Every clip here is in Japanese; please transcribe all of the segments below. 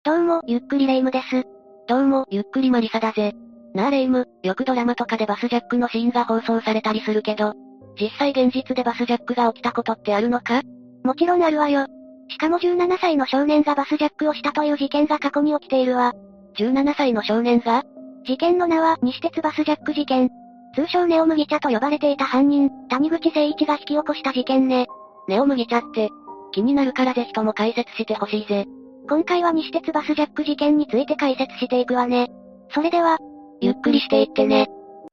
どうも、ゆっくりレ夢ムです。 どうも、ゆっくりマリサだぜ。なあレ夢ム、よくドラマとかでバスジャックのシーンが放送されたりするけど、実際現実でバスジャックが起きたことってあるのか？ もちろんあるわよ。しかも17歳の少年がバスジャックをしたという事件が過去に起きているわ。 17歳の少年が？ 事件の名は、西鉄バスジャック事件。通称ネオ麦茶と呼ばれていた犯人、谷口誠一が引き起こした事件ね。 ネオ麦茶って、気になるからぜひとも解説してほしいぜ。 今回は西鉄バスジャック事件について解説していくわね。それでは、 ゆっくりしていってね。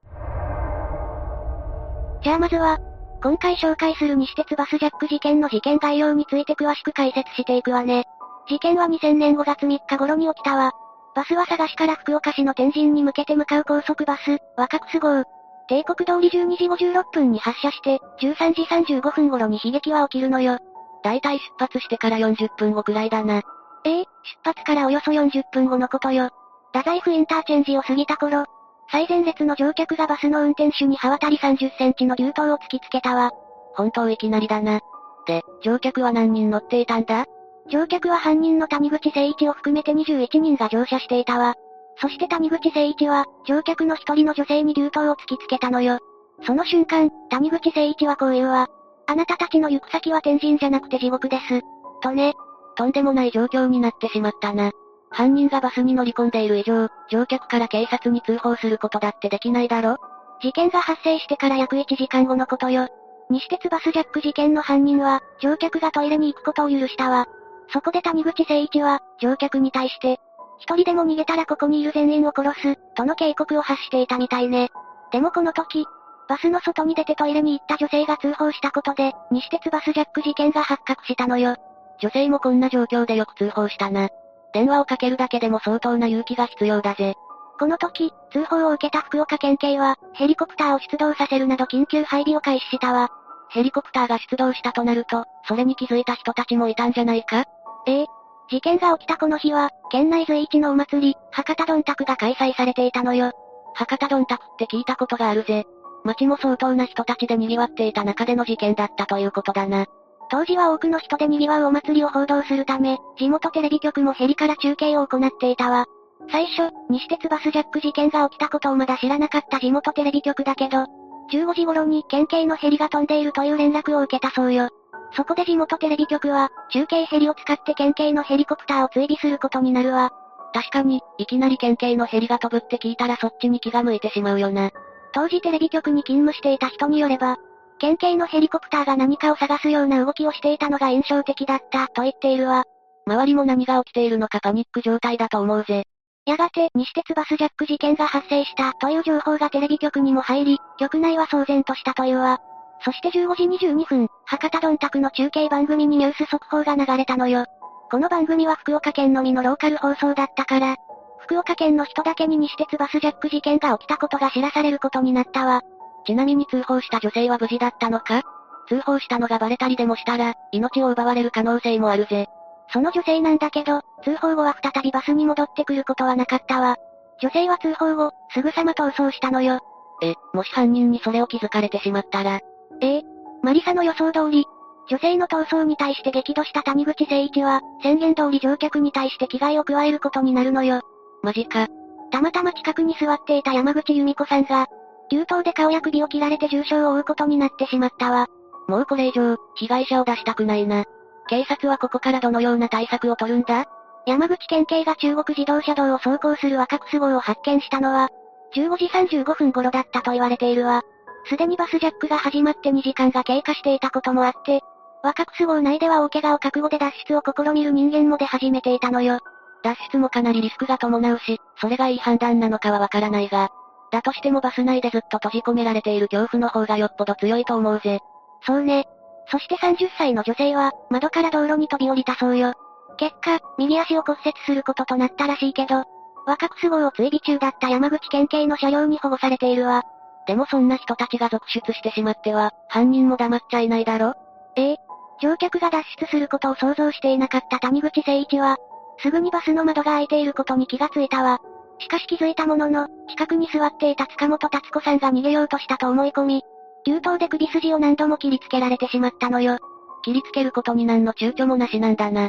じゃあまずは、今回紹介する西鉄バスジャック事件の事件概要について詳しく解説していくわね。事件は2000年5月3日頃に起きたわ。バスは佐賀市から福岡市の天神に向けて向かう高速バス、若楠号。帝国通り12時56分に発車して、13時35分頃に悲劇は起きるのよ。 だいたい出発してから40分後くらいだな。 出発からおよそ40分後のことよ。太宰府インターチェンジを過ぎた頃、最前列の乗客がバスの運転手に刃渡り30センチの牛刀を突きつけたわ。 本当いきなりだな。で、乗客は何人乗っていたんだ？ 乗客は犯人の谷口誠一を含めて21人が乗車していたわ。そして谷口誠一は、乗客の一人の女性に牛刀を突きつけたのよ。その瞬間、谷口誠一はこう言うわ。あなたたちの行く先は天神じゃなくて地獄です。とね。 とんでもない状況になってしまったな。犯人がバスに乗り込んでいる以上、乗客から警察に通報することだってできないだろ？ 事件が発生してから約1時間後のことよ。西鉄バスジャック事件の犯人は、乗客がトイレに行くことを許したわ。そこで谷口誠一は、乗客に対して、一人でも逃げたらここにいる全員を殺す、との警告を発していたみたいね。でもこの時、バスの外に出てトイレに行った女性が通報したことで、西鉄バスジャック事件が発覚したのよ。 女性もこんな状況でよく通報したな。電話をかけるだけでも相当な勇気が必要だぜ。 この時、通報を受けた福岡県警は、ヘリコプターを出動させるなど緊急配備を開始したわ。 ヘリコプターが出動したとなると、それに気づいた人たちもいたんじゃないか？ 事件が起きたこの日は、県内随一のお祭り、博多どんたくが開催されていたのよ。 博多どんたくって聞いたことがあるぜ。街も相当な人たちで賑わっていた中での事件だったということだな。 当時は多くの人で賑わうお祭りを報道するため、地元テレビ局もヘリから中継を行っていたわ。最初、西鉄バスジャック事件が起きたことをまだ知らなかった地元テレビ局だけど、15時頃に県警のヘリが飛んでいるという連絡を受けたそうよ。そこで地元テレビ局は、中継ヘリを使って県警のヘリコプターを追尾することになるわ。 確かに、いきなり県警のヘリが飛ぶって聞いたらそっちに気が向いてしまうよな。 当時テレビ局に勤務していた人によれば、県警のヘリコプターが何かを探すような動きをしていたのが印象的だった、と言っているわ。 周りも何が起きているのかパニック状態だと思うぜ。 やがて、西鉄バスジャック事件が発生した、という情報がテレビ局にも入り、局内は騒然としたというわ。そして15時22分、博多どんたくの中継番組にニュース速報が流れたのよ。この番組は福岡県のみのローカル放送だったから、福岡県の人だけに西鉄バスジャック事件が起きたことが知らされることになったわ。 ちなみに通報した女性は無事だったのか？通報したのがバレたりでもしたら、命を奪われる可能性もあるぜ。 その女性なんだけど、通報後は再びバスに戻ってくることはなかったわ。女性は通報後、すぐさま逃走したのよ。 もし犯人にそれを気づかれてしまったら。 マリサの予想通り、女性の逃走に対して激怒した谷口誠一は、宣言通り乗客に対して危害を加えることになるのよ。 マジか。 たまたま近くに座っていた山口由美子さんが、牛刀で顔や首を切られて重傷を負うことになってしまったわ。 もうこれ以上、被害者を出したくないな。警察はここからどのような対策を取るんだ？ 山口県警が中国自動車道を走行する若楠号を発見したのは、15時35分頃だったと言われているわ。すでにバスジャックが始まって2時間が経過していたこともあって、若楠号内では大怪我を覚悟で脱出を試みる人間も出始めていたのよ。 脱出もかなりリスクが伴うし、それがいい判断なのかはわからないが、だとしてもバス内でずっと閉じ込められている恐怖の方がよっぽど強いと思うぜ。 そうね。そして30歳の女性は、窓から道路に飛び降りたそうよ。結果、右足を骨折することとなったらしいけど、若楠号を追尾中だった山口県警の車両に保護されているわ。 でもそんな人たちが続出してしまっては、犯人も黙っちゃいないだろ？ 乗客が脱出することを想像していなかった谷口誠一は、すぐにバスの窓が開いていることに気がついたわ。しかし気づいたものの、近くに座っていた塚本達子さんが逃げようとしたと思い込み、牛刀で首筋を何度も切りつけられてしまったのよ。 切りつけることに何の躊躇もなしなんだな。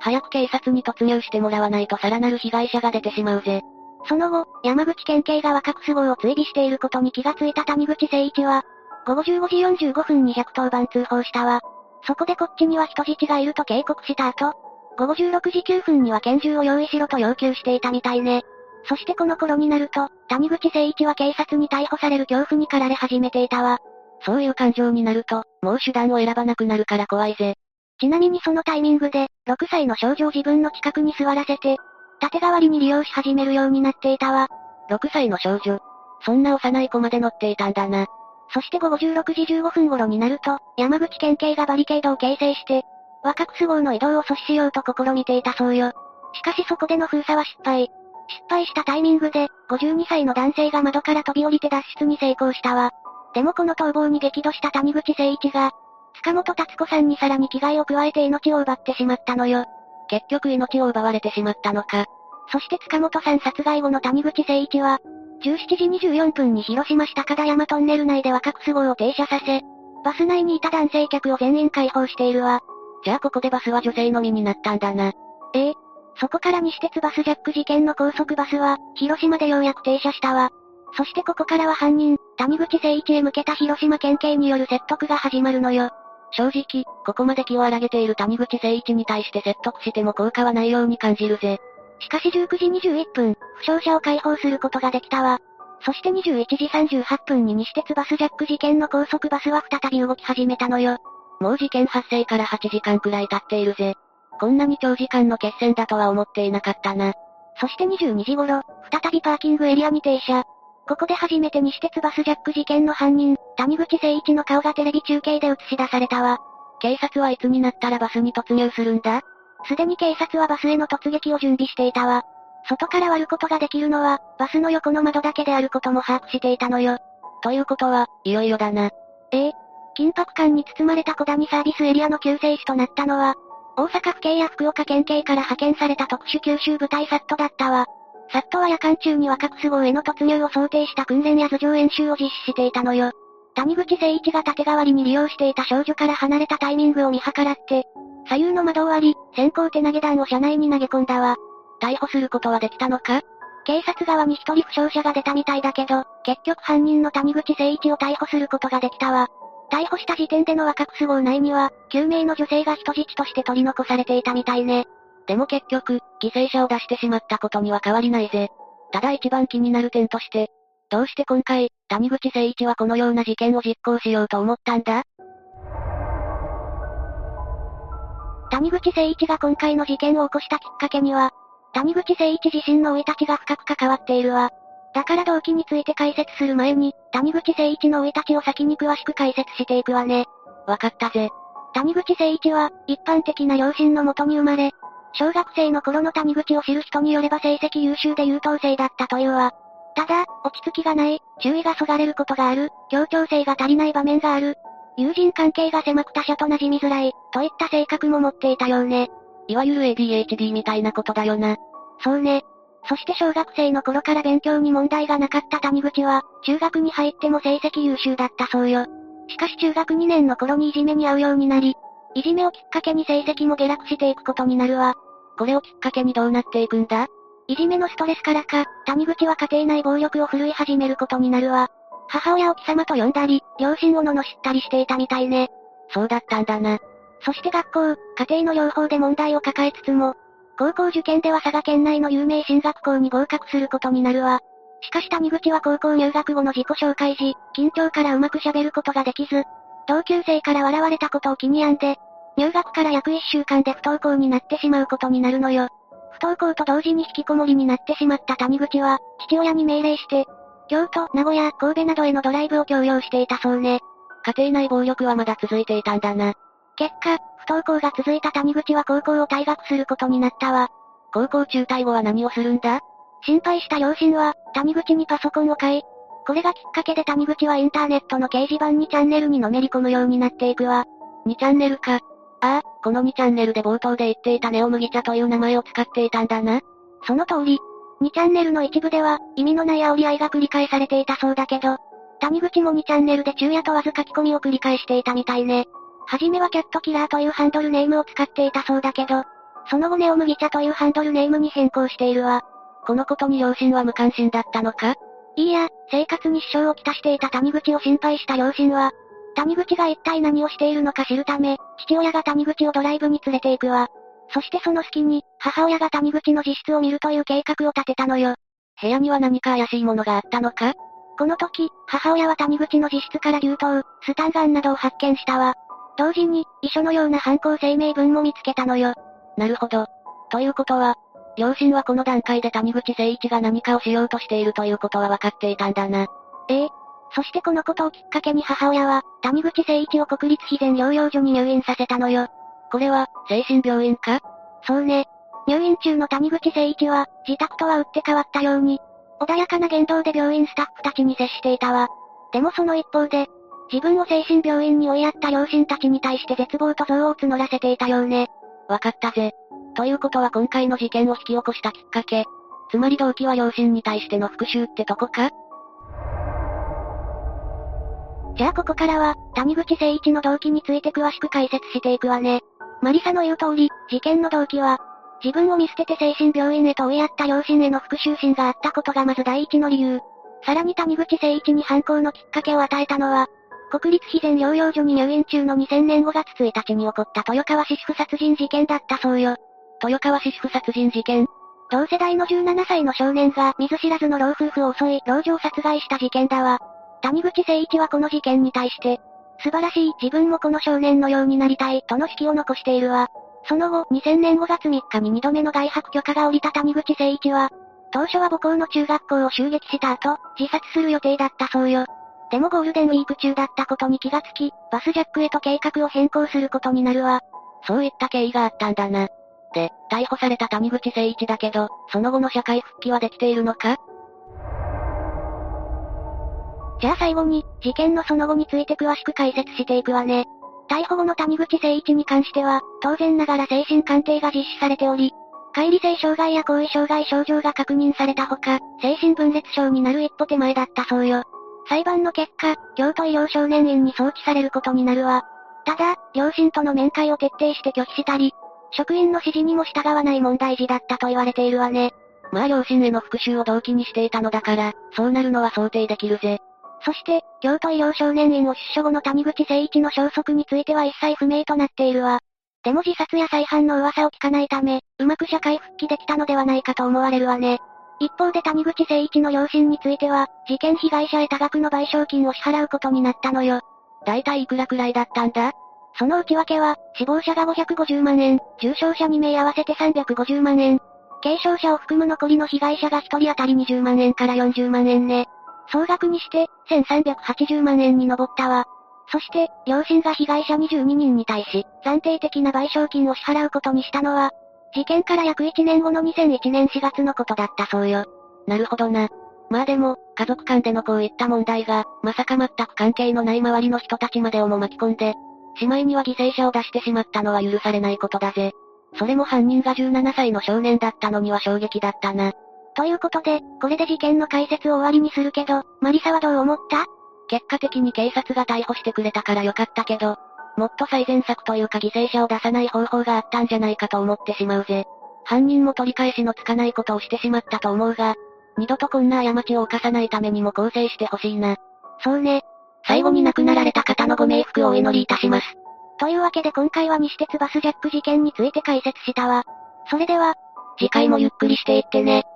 早く警察に突入してもらわないとさらなる被害者が出てしまうぜ。 その後、山口県警が若楠号を追尾していることに気がついた谷口誠一は、午後15時45分に110番通報したわ。そこでこっちには人質がいると警告した後、午後16時9分には拳銃を用意しろと要求していたみたいね。そしてこの頃になると、谷口誠一は警察に逮捕される恐怖に駆られ始めていたわ。 そういう感情になると、もう手段を選ばなくなるから怖いぜ。 ちなみにそのタイミングで、6歳の少女を自分の近くに座らせて、盾代わりに利用し始めるようになっていたわ。 6歳の少女。そんな幼い子まで乗っていたんだな。 そして午後16時15分頃になると、山口県警がバリケードを形成して、若楠号の移動を阻止しようと試みていたそうよ。しかしそこでの封鎖は失敗。失敗したタイミングで、52歳の男性が窓から飛び降りて脱出に成功したわ。でもこの逃亡に激怒した谷口誠一が、塚本達子さんにさらに危害を加えて命を奪ってしまったのよ。 結局命を奪われてしまったのか。 そして塚本さん殺害後の谷口誠一は、17時24分に広島市高田山トンネル内で若楠号を停車させ、バス内にいた男性客を全員解放しているわ。 じゃあここでバスは女性のみになったんだな。 そこから西鉄バスジャック事件の高速バスは、広島でようやく停車したわ。そしてここからは犯人、谷口誠一へ向けた広島県警による説得が始まるのよ。 正直、ここまで気を荒げている谷口誠一に対して説得しても効果はないように感じるぜ。 しかし19時21分、負傷者を解放することができたわ。そして21時38分に西鉄バスジャック事件の高速バスは再び動き始めたのよ。 もう事件発生から8時間くらい経っているぜ。こんなに長時間の決戦だとは思っていなかったな。 そして22時頃、再びパーキングエリアに停車。ここで初めて西鉄バスジャック事件の犯人、谷口誠一の顔がテレビ中継で映し出されたわ。 警察はいつになったらバスに突入するんだ？ すでに警察はバスへの突撃を準備していたわ。外から割ることができるのは、バスの横の窓だけであることも把握していたのよ。 ということは、いよいよだな。 緊迫感に包まれた小谷サービスエリアの救世主となったのは、大阪府警や福岡県警から派遣された特殊九州部隊サットだったわ。サットは夜間中に若楠号への突入を想定した訓練や頭上演習を実施していたのよ。谷口誠一が盾代わりに利用していた少女から離れたタイミングを見計らって、左右の窓を割り、先行手投げ弾を車内に投げ込んだわ。 逮捕することはできたのか？ 警察側に一人負傷者が出たみたいだけど、結局犯人の谷口誠一を逮捕することができたわ。逮捕した時点での若楠号内には、9名の女性が人質として取り残されていたみたいね。 でも結局、犠牲者を出してしまったことには変わりないぜ。ただ一番気になる点として、どうして今回、谷口誠一はこのような事件を実行しようと思ったんだ？ 谷口誠一が今回の事件を起こしたきっかけには、谷口誠一自身の生い立ちが深く関わっているわ。だから動機について解説する前に、谷口誠一の生い立ちを先に詳しく解説していくわね。 わかったぜ。 谷口誠一は、一般的な両親のもとに生まれ、小学生の頃の谷口を知る人によれば成績優秀で優等生だったというわ。ただ、落ち着きがない、注意がそがれることがある、協調性が足りない場面がある、友人関係が狭く他者と馴染みづらい、といった性格も持っていたようね。 いわゆる ADHD みたいなことだよな。 そうね。そして小学生の頃から勉強に問題がなかった谷口は、中学に入っても成績優秀だったそうよ。しかし中学2年の頃にいじめに遭うようになり、いじめをきっかけに成績も下落していくことになるわ。 これをきっかけにどうなっていくんだ？ いじめのストレスからか、谷口は家庭内暴力を振るい始めることになるわ。母親を貴様と呼んだり、両親を罵ったりしていたみたいね。 そうだったんだな。 そして学校、家庭の両方で問題を抱えつつも、高校受験では佐賀県内の有名進学校に合格することになるわ。しかし谷口は高校入学後の自己紹介時、緊張からうまく喋ることができず、同級生から笑われたことを気に病んで、入学から約1週間で不登校になってしまうことになるのよ。不登校と同時に引きこもりになってしまった谷口は、父親に命令して、京都、名古屋、神戸などへのドライブを強要していたそうね。 家庭内暴力はまだ続いていたんだな。 結果、不登校が続いた谷口は高校を退学することになったわ。 高校中退後は何をするんだ？ 心配した両親は、谷口にパソコンを買い、これがきっかけで谷口はインターネットの掲示板2チャンネルにのめり込むようになっていくわ。 2チャンネルか。ああ、この2チャンネルで冒頭で言っていたネオ麦茶という名前を使っていたんだな。 その通り。2チャンネルの一部では、意味のない煽り合いが繰り返されていたそうだけど、谷口も2チャンネルで昼夜問わず書き込みを繰り返していたみたいね。はじめはキャットキラーというハンドルネームを使っていたそうだけど、 その後ネオ麦茶というハンドルネームに変更しているわ。 このことに両親は無関心だったのか？ いいや、生活に支障をきたしていた谷口を心配した両親は、谷口が一体何をしているのか知るため、父親が谷口をドライブに連れて行くわ。そしてその隙に、母親が谷口の自室を見るという計画を立てたのよ。 部屋には何か怪しいものがあったのか？ この時、母親は谷口の自室から牛刀、スタンガンなどを発見したわ。同時に、遺書のような犯行声明文も見つけたのよ。 なるほど。ということは、両親はこの段階で谷口誠一が何かをしようとしているということは分かっていたんだな。 ええ。そしてこのことをきっかけに母親は、谷口誠一を国立非全療養所に入院させたのよ。 これは、精神病院か？ そうね。入院中の谷口誠一は、自宅とは打って変わったように、穏やかな言動で病院スタッフたちに接していたわ。でもその一方で、自分を精神病院に追いやった両親たちに対して絶望と憎悪を募らせていたようね。 わかったぜ。ということは今回の事件を引き起こしたきっかけ。つまり動機は両親に対しての復讐ってとこか？ じゃあここからは、谷口誠一の動機について詳しく解説していくわね。マリサの言う通り、事件の動機は、自分を見捨てて精神病院へと追いやった両親への復讐心があったことがまず第一の理由。さらに谷口誠一に犯行のきっかけを与えたのは、国立非全療養所に入院中の2000年5月1日に起こった豊川市主婦殺人事件だったそうよ。 豊川市主婦殺人事件？ 同世代の17歳の少年が見ず知らずの老夫婦を襲い、老女を殺害した事件だわ。谷口誠一はこの事件に対して、素晴らしい自分もこの少年のようになりたいとの指揮を残しているわ。その後、2000年5月3日に2度目の外泊許可が下りた谷口誠一は、当初は母校の中学校を襲撃した後、自殺する予定だったそうよ。でもゴールデンウィーク中だったことに気がつき、バスジャックへと計画を変更することになるわ。 そういった経緯があったんだな。で、逮捕された谷口誠一だけど、その後の社会復帰はできているのか？ じゃあ最後に、事件のその後について詳しく解説していくわね。逮捕後の谷口誠一に関しては、当然ながら精神鑑定が実施されており、解離性障害や行為障害症状が確認されたほか、精神分裂症になる一歩手前だったそうよ。裁判の結果、京都医療少年院に送致されることになるわ。ただ、両親との面会を徹底して拒否したり、職員の指示にも従わない問題児だったと言われているわね。 まあ両親への復讐を動機にしていたのだから、そうなるのは想定できるぜ。 そして、京都医療少年院を出所後の谷口誠一の消息については一切不明となっているわ。でも自殺や再犯の噂を聞かないため、うまく社会復帰できたのではないかと思われるわね。一方で谷口誠一の両親については、事件被害者へ多額の賠償金を支払うことになったのよ。 だいたいいくらくらいだったんだ？ その内訳は、死亡者が550万円、重傷者2名合わせて350万円、軽傷者を含む残りの被害者が1人当たり20万円から40万円ね。総額にして、1380万円に上ったわ。そして、両親が被害者22人に対し、暫定的な賠償金を支払うことにしたのは、事件から約1年後の2001年4月のことだったそうよ。 なるほどな。まあでも、家族間でのこういった問題が、まさか全く関係のない周りの人たちまでをも巻き込んで、しまいには犠牲者を出してしまったのは許されないことだぜ。それも犯人が17歳の少年だったのには衝撃だったな。 ということで、これで事件の解説を終わりにするけど、マリサはどう思った？ 結果的に警察が逮捕してくれたからよかったけど、もっと最善策というか犠牲者を出さない方法があったんじゃないかと思ってしまうぜ。犯人も取り返しのつかないことをしてしまったと思うが、二度とこんな過ちを犯さないためにも更生してほしいな。 そうね。 最後に亡くなられた方のご冥福をお祈りいたします。 というわけで今回は西鉄バスジャック事件について解説したわ。それでは、 次回もゆっくりしていってね。